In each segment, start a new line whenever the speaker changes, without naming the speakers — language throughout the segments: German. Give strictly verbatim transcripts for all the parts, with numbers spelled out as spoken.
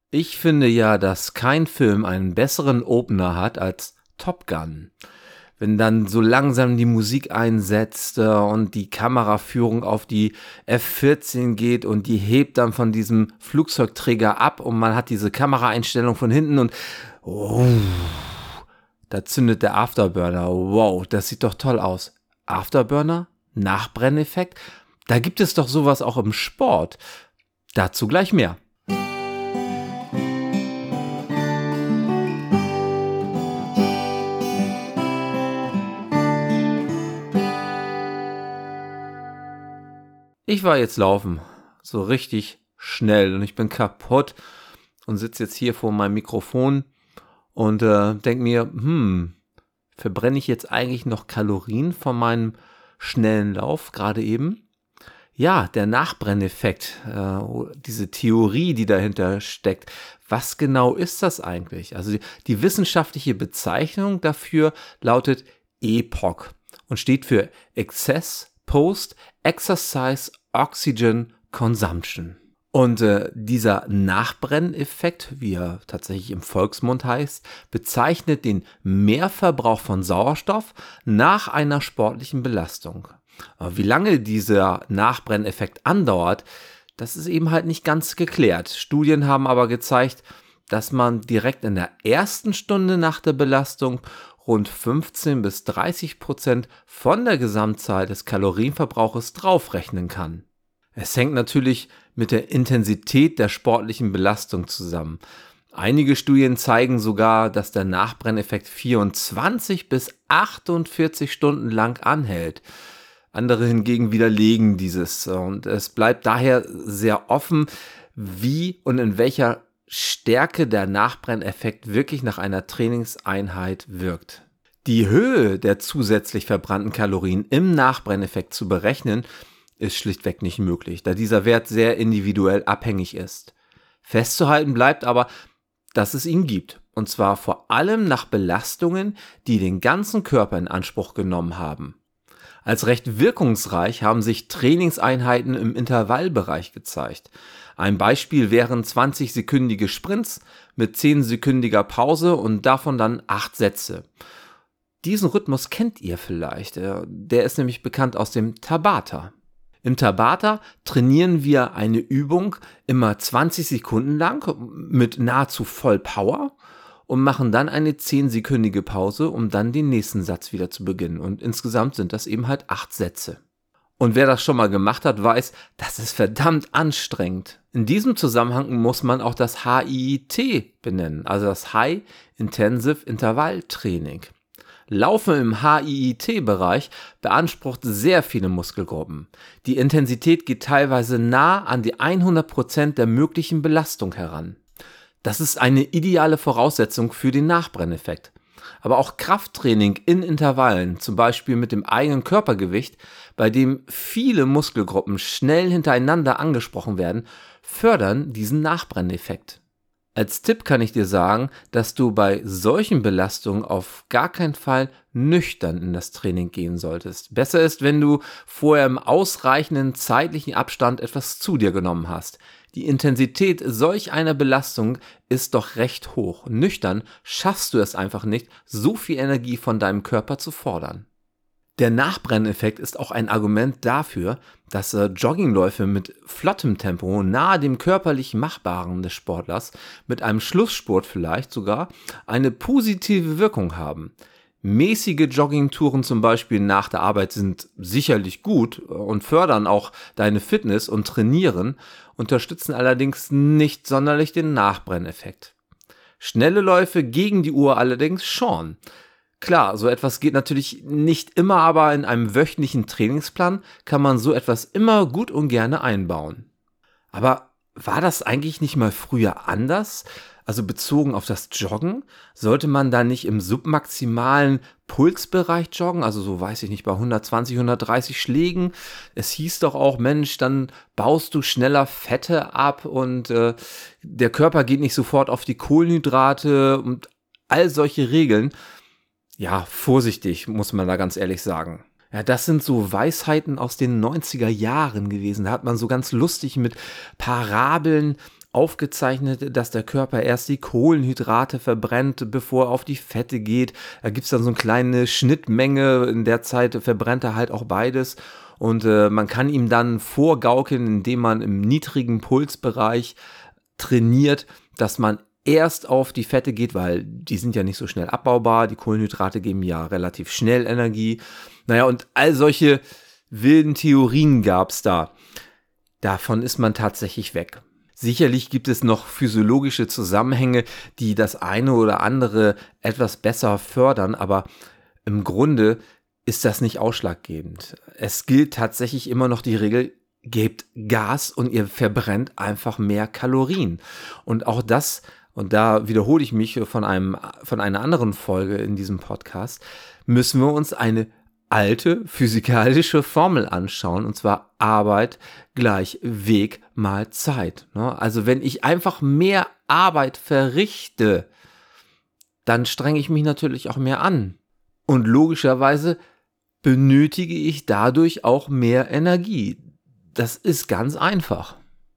Ich finde ja, dass kein Film einen besseren Opener hat als Top Gun. Wenn dann so langsam die Musik einsetzt äh, und die Kameraführung auf die F vierzehn geht und die hebt dann von diesem Flugzeugträger ab und man hat diese Kameraeinstellung von hinten und oh, da zündet der Afterburner. Wow, das sieht doch toll aus. Afterburner? Nachbrenneffekt? Da gibt es doch sowas auch im Sport. Dazu gleich mehr. Ich war jetzt laufen, so richtig schnell und ich bin kaputt und sitze jetzt hier vor meinem Mikrofon und äh, denke mir, hm, verbrenne ich jetzt eigentlich noch Kalorien von meinem schnellen Lauf gerade eben? Ja, der Nachbrenneffekt, äh, diese Theorie, die dahinter steckt, was genau ist das eigentlich? Also die, die wissenschaftliche Bezeichnung dafür lautet E P O C und steht für Excess Post Exercise Oxygen Consumption. Und äh, dieser Nachbrenneffekt, wie er tatsächlich im Volksmund heißt, bezeichnet den Mehrverbrauch von Sauerstoff nach einer sportlichen Belastung. Aber wie lange dieser Nachbrenneffekt andauert, das ist eben halt nicht ganz geklärt. Studien haben aber gezeigt, dass man direkt in der ersten Stunde nach der Belastung rund fünfzehn bis dreißig Prozent von der Gesamtzahl des Kalorienverbrauches draufrechnen kann. Es hängt natürlich mit der Intensität der sportlichen Belastung zusammen. Einige Studien zeigen sogar, dass der Nachbrenneffekt vierundzwanzig bis achtundvierzig Stunden lang anhält. Andere hingegen widerlegen dieses und es bleibt daher sehr offen, wie und in welcher Stärke der Nachbrenneffekt wirklich nach einer Trainingseinheit wirkt. Die Höhe der zusätzlich verbrannten Kalorien im Nachbrenneffekt zu berechnen, ist schlichtweg nicht möglich, da dieser Wert sehr individuell abhängig ist. Festzuhalten bleibt aber, dass es ihn gibt, und zwar vor allem nach Belastungen, die den ganzen Körper in Anspruch genommen haben. Als recht wirkungsreich haben sich Trainingseinheiten im Intervallbereich gezeigt. Ein Beispiel wären zwanzig-sekündige Sprints mit zehn-sekündiger Pause und davon dann acht Sätze. Diesen Rhythmus kennt ihr vielleicht, der ist nämlich bekannt aus dem Tabata. Im Tabata trainieren wir eine Übung immer zwanzig Sekunden lang mit nahezu Vollpower und machen dann eine zehn-sekündige Pause, um dann den nächsten Satz wieder zu beginnen. Und insgesamt sind das eben halt acht Sätze. Und wer das schon mal gemacht hat, weiß, das ist verdammt anstrengend. In diesem Zusammenhang muss man auch das H I I T benennen, also das High Intensive Interval Training. Laufen im H I I T-Bereich beansprucht sehr viele Muskelgruppen. Die Intensität geht teilweise nah an die hundert Prozent der möglichen Belastung heran. Das ist eine ideale Voraussetzung für den Nachbrenneffekt. Aber auch Krafttraining in Intervallen, zum Beispiel mit dem eigenen Körpergewicht, bei dem viele Muskelgruppen schnell hintereinander angesprochen werden, fördern diesen Nachbrenneffekt. Als Tipp kann ich dir sagen, dass du bei solchen Belastungen auf gar keinen Fall nüchtern in das Training gehen solltest. Besser ist, wenn du vorher im ausreichenden zeitlichen Abstand etwas zu dir genommen hast. Die Intensität solch einer Belastung ist doch recht hoch. Nüchtern schaffst du es einfach nicht, so viel Energie von deinem Körper zu fordern. Der Nachbrenneffekt ist auch ein Argument dafür, dass äh, Joggingläufe mit flottem Tempo nahe dem körperlich Machbaren des Sportlers mit einem Schlussspurt vielleicht sogar eine positive Wirkung haben. Mäßige Joggingtouren zum Beispiel nach der Arbeit sind sicherlich gut und fördern auch deine Fitness und Trainieren, unterstützen allerdings nicht sonderlich den Nachbrenneffekt. Schnelle Läufe gegen die Uhr allerdings schon. Klar, so etwas geht natürlich nicht immer, aber in einem wöchentlichen Trainingsplan kann man so etwas immer gut und gerne einbauen. Aber war das eigentlich nicht mal früher anders? Also bezogen auf das Joggen, sollte man da nicht im submaximalen Pulsbereich joggen, also so weiß ich nicht, bei hundertzwanzig, hundertdreißig Schlägen? Es hieß doch auch, Mensch, dann baust du schneller Fette ab und äh, der Körper geht nicht sofort auf die Kohlenhydrate und all solche Regeln. Ja, vorsichtig, muss man da ganz ehrlich sagen. Ja, das sind so Weisheiten aus den neunziger Jahren gewesen. Da hat man so ganz lustig mit Parabeln aufgezeichnet, dass der Körper erst die Kohlenhydrate verbrennt, bevor er auf die Fette geht. Da gibt es dann so eine kleine Schnittmenge, in der Zeit verbrennt er halt auch beides. Und äh, man kann ihm dann vorgaukeln, indem man im niedrigen Pulsbereich trainiert, dass man erst auf die Fette geht, weil die sind ja nicht so schnell abbaubar. Die Kohlenhydrate geben ja relativ schnell Energie. Naja, und all solche wilden Theorien gab es da. Davon ist man tatsächlich weg. Sicherlich gibt es noch physiologische Zusammenhänge, die das eine oder andere etwas besser fördern, aber im Grunde ist das nicht ausschlaggebend. Es gilt tatsächlich immer noch die Regel, gebt Gas und ihr verbrennt einfach mehr Kalorien. Und auch das, und da wiederhole ich mich von einem, von einer anderen Folge in diesem Podcast, müssen wir uns eine alte physikalische Formel anschauen, und zwar Arbeit gleich Weg mal Zeit. Also wenn ich einfach mehr Arbeit verrichte, dann strenge ich mich natürlich auch mehr an. Und logischerweise benötige ich dadurch auch mehr Energie. Das ist ganz einfach.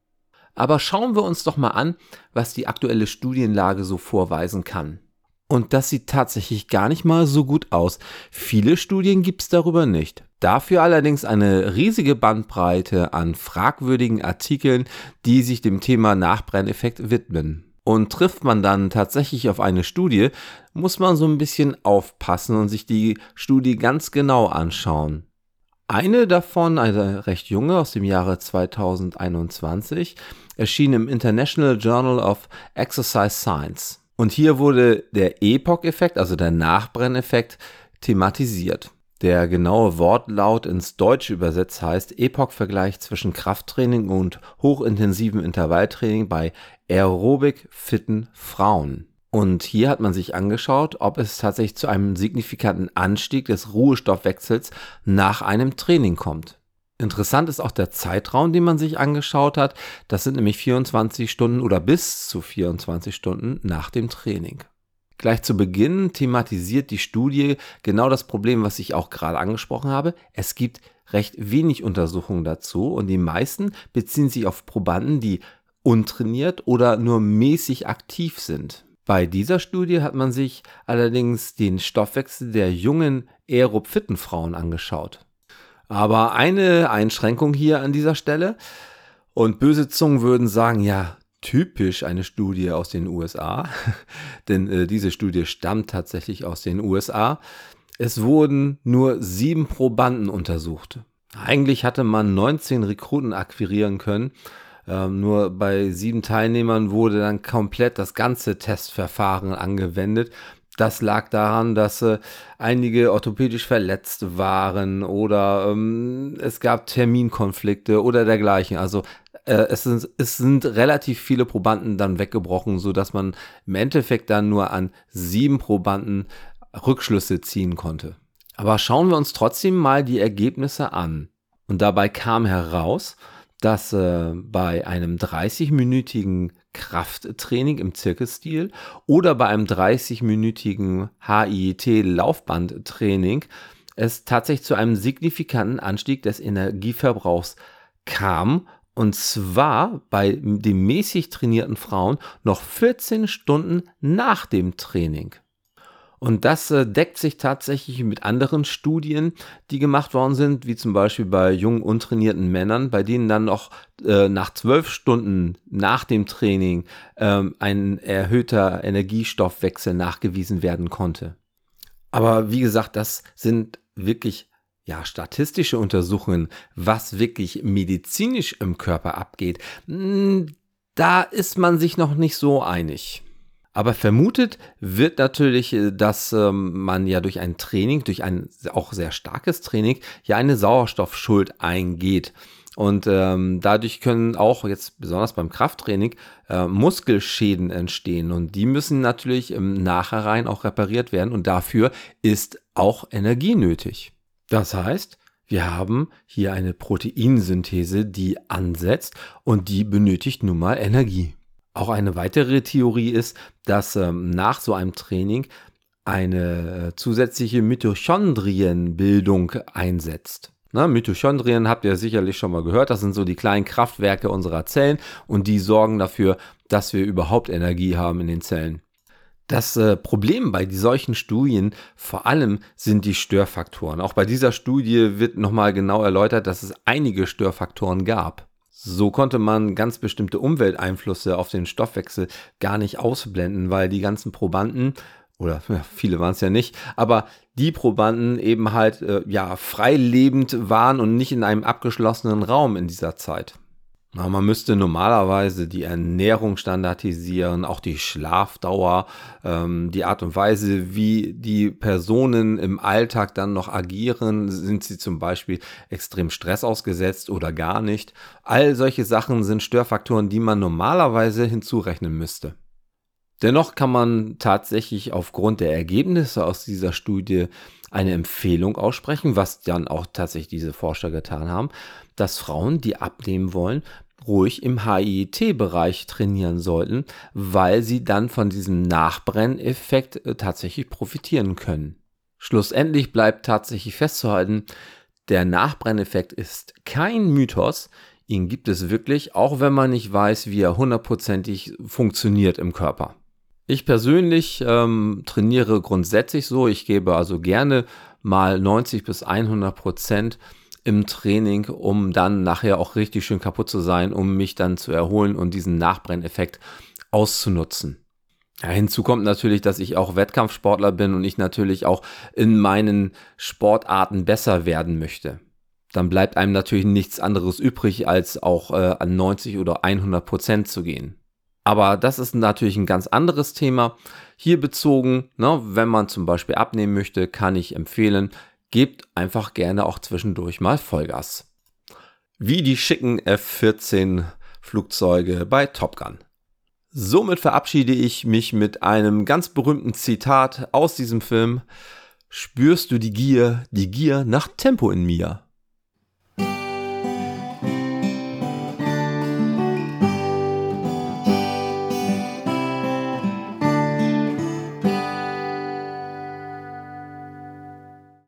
Aber schauen wir uns doch mal an, was die aktuelle Studienlage so vorweisen kann. Und das sieht tatsächlich gar nicht mal so gut aus. Viele Studien gibt es darüber nicht. Dafür allerdings eine riesige Bandbreite an fragwürdigen Artikeln, die sich dem Thema Nachbrenneffekt widmen. Und trifft man dann tatsächlich auf eine Studie, muss man so ein bisschen aufpassen und sich die Studie ganz genau anschauen. Eine davon, eine recht junge aus dem Jahre zweitausendeinundzwanzig, erschien im International Journal of Exercise Science. Und hier wurde der E P O C-Effekt, also der Nachbrenneffekt, thematisiert. Der genaue Wortlaut ins Deutsche übersetzt heißt E P O C-Vergleich zwischen Krafttraining und hochintensivem Intervalltraining bei aerobic fitten Frauen. Und hier hat man sich angeschaut, ob es tatsächlich zu einem signifikanten Anstieg des Ruhestoffwechsels nach einem Training kommt. Interessant ist auch der Zeitraum, den man sich angeschaut hat. Das sind nämlich vierundzwanzig Stunden oder bis zu vierundzwanzig Stunden nach dem Training. Gleich zu Beginn thematisiert die Studie genau das Problem, was ich auch gerade angesprochen habe. Es gibt recht wenig Untersuchungen dazu und die meisten beziehen sich auf Probanden, die untrainiert oder nur mäßig aktiv sind. Bei dieser Studie hat man sich allerdings den Stoffwechsel der jungen aerob fitten Frauen angeschaut. Aber eine Einschränkung hier an dieser Stelle, und böse Zungen würden sagen, ja, typisch eine Studie aus den U S A, denn äh, diese Studie stammt tatsächlich aus den U S A. Es wurden nur sieben Probanden untersucht. Eigentlich hatte man neunzehn Rekruten akquirieren können. Ähm, nur bei sieben Teilnehmern wurde dann komplett das ganze Testverfahren angewendet. Das lag daran, dass äh, einige orthopädisch verletzt waren oder ähm, es gab Terminkonflikte oder dergleichen. Also äh, es, sind, es sind relativ viele Probanden dann weggebrochen, sodass man im Endeffekt dann nur an sieben Probanden Rückschlüsse ziehen konnte. Aber schauen wir uns trotzdem mal die Ergebnisse an. Und dabei kam heraus, dass äh, bei einem dreißig-minütigen Krafttraining im Zirkelstil oder bei einem dreißig-minütigen H I I T-Laufbandtraining es tatsächlich zu einem signifikanten Anstieg des Energieverbrauchs kam, und zwar bei den mäßig trainierten Frauen noch vierzehn Stunden nach dem Training. Und das äh, deckt sich tatsächlich mit anderen Studien, die gemacht worden sind, wie zum Beispiel bei jungen, untrainierten Männern, bei denen dann noch äh, nach zwölf Stunden nach dem Training ähm, ein erhöhter Energiestoffwechsel nachgewiesen werden konnte. Aber wie gesagt, das sind wirklich ja, statistische Untersuchungen, was wirklich medizinisch im Körper abgeht. Da ist man sich noch nicht so einig. Aber vermutet wird natürlich, dass ähm, man ja durch ein Training, durch ein auch sehr starkes Training, ja eine Sauerstoffschuld eingeht. Und ähm, dadurch können auch jetzt besonders beim Krafttraining äh, Muskelschäden entstehen. Und die müssen natürlich im Nachhinein auch repariert werden. Und dafür ist auch Energie nötig. Das heißt, wir haben hier eine Proteinsynthese, die ansetzt und die benötigt nun mal Energie. Auch eine weitere Theorie ist, dass ähm, nach so einem Training eine äh, zusätzliche Mitochondrienbildung einsetzt. Na, Mitochondrien habt ihr sicherlich schon mal gehört, das sind so die kleinen Kraftwerke unserer Zellen und die sorgen dafür, dass wir überhaupt Energie haben in den Zellen. Das äh, Problem bei solchen Studien vor allem sind die Störfaktoren. Auch bei dieser Studie wird nochmal genau erläutert, dass es einige Störfaktoren gab. So konnte man ganz bestimmte Umwelteinflüsse auf den Stoffwechsel gar nicht ausblenden, weil die ganzen Probanden, oder ja, viele waren es ja nicht, aber die Probanden eben halt äh, ja, frei lebend waren und nicht in einem abgeschlossenen Raum in dieser Zeit. Na, man müsste normalerweise die Ernährung standardisieren, auch die Schlafdauer, ähm, die Art und Weise, wie die Personen im Alltag dann noch agieren. Sind sie zum Beispiel extrem Stress ausgesetzt oder gar nicht? All solche Sachen sind Störfaktoren, die man normalerweise hinzurechnen müsste. Dennoch kann man tatsächlich aufgrund der Ergebnisse aus dieser Studie eine Empfehlung aussprechen, was dann auch tatsächlich diese Forscher getan haben, dass Frauen, die abnehmen wollen, ruhig im H I I T-Bereich trainieren sollten, weil sie dann von diesem Nachbrenneffekt tatsächlich profitieren können. Schlussendlich bleibt tatsächlich festzuhalten, der Nachbrenneffekt ist kein Mythos, ihn gibt es wirklich, auch wenn man nicht weiß, wie er hundertprozentig funktioniert im Körper. Ich persönlich ähm, trainiere grundsätzlich so, ich gebe also gerne mal neunzig bis hundert Prozent im Training, um dann nachher auch richtig schön kaputt zu sein, um mich dann zu erholen und diesen Nachbrenneffekt auszunutzen. Ja, hinzu kommt natürlich, dass ich auch Wettkampfsportler bin und ich natürlich auch in meinen Sportarten besser werden möchte. Dann bleibt einem natürlich nichts anderes übrig, als auch äh, an neunzig oder hundert Prozent zu gehen. Aber das ist natürlich ein ganz anderes Thema. Hier bezogen, ne, wenn man zum Beispiel abnehmen möchte, kann ich empfehlen, gebt einfach gerne auch zwischendurch mal Vollgas. Wie die schicken F vierzehn Flugzeuge bei Top Gun. Somit verabschiede ich mich mit einem ganz berühmten Zitat aus diesem Film. Spürst du die Gier, die Gier nach Tempo in mir?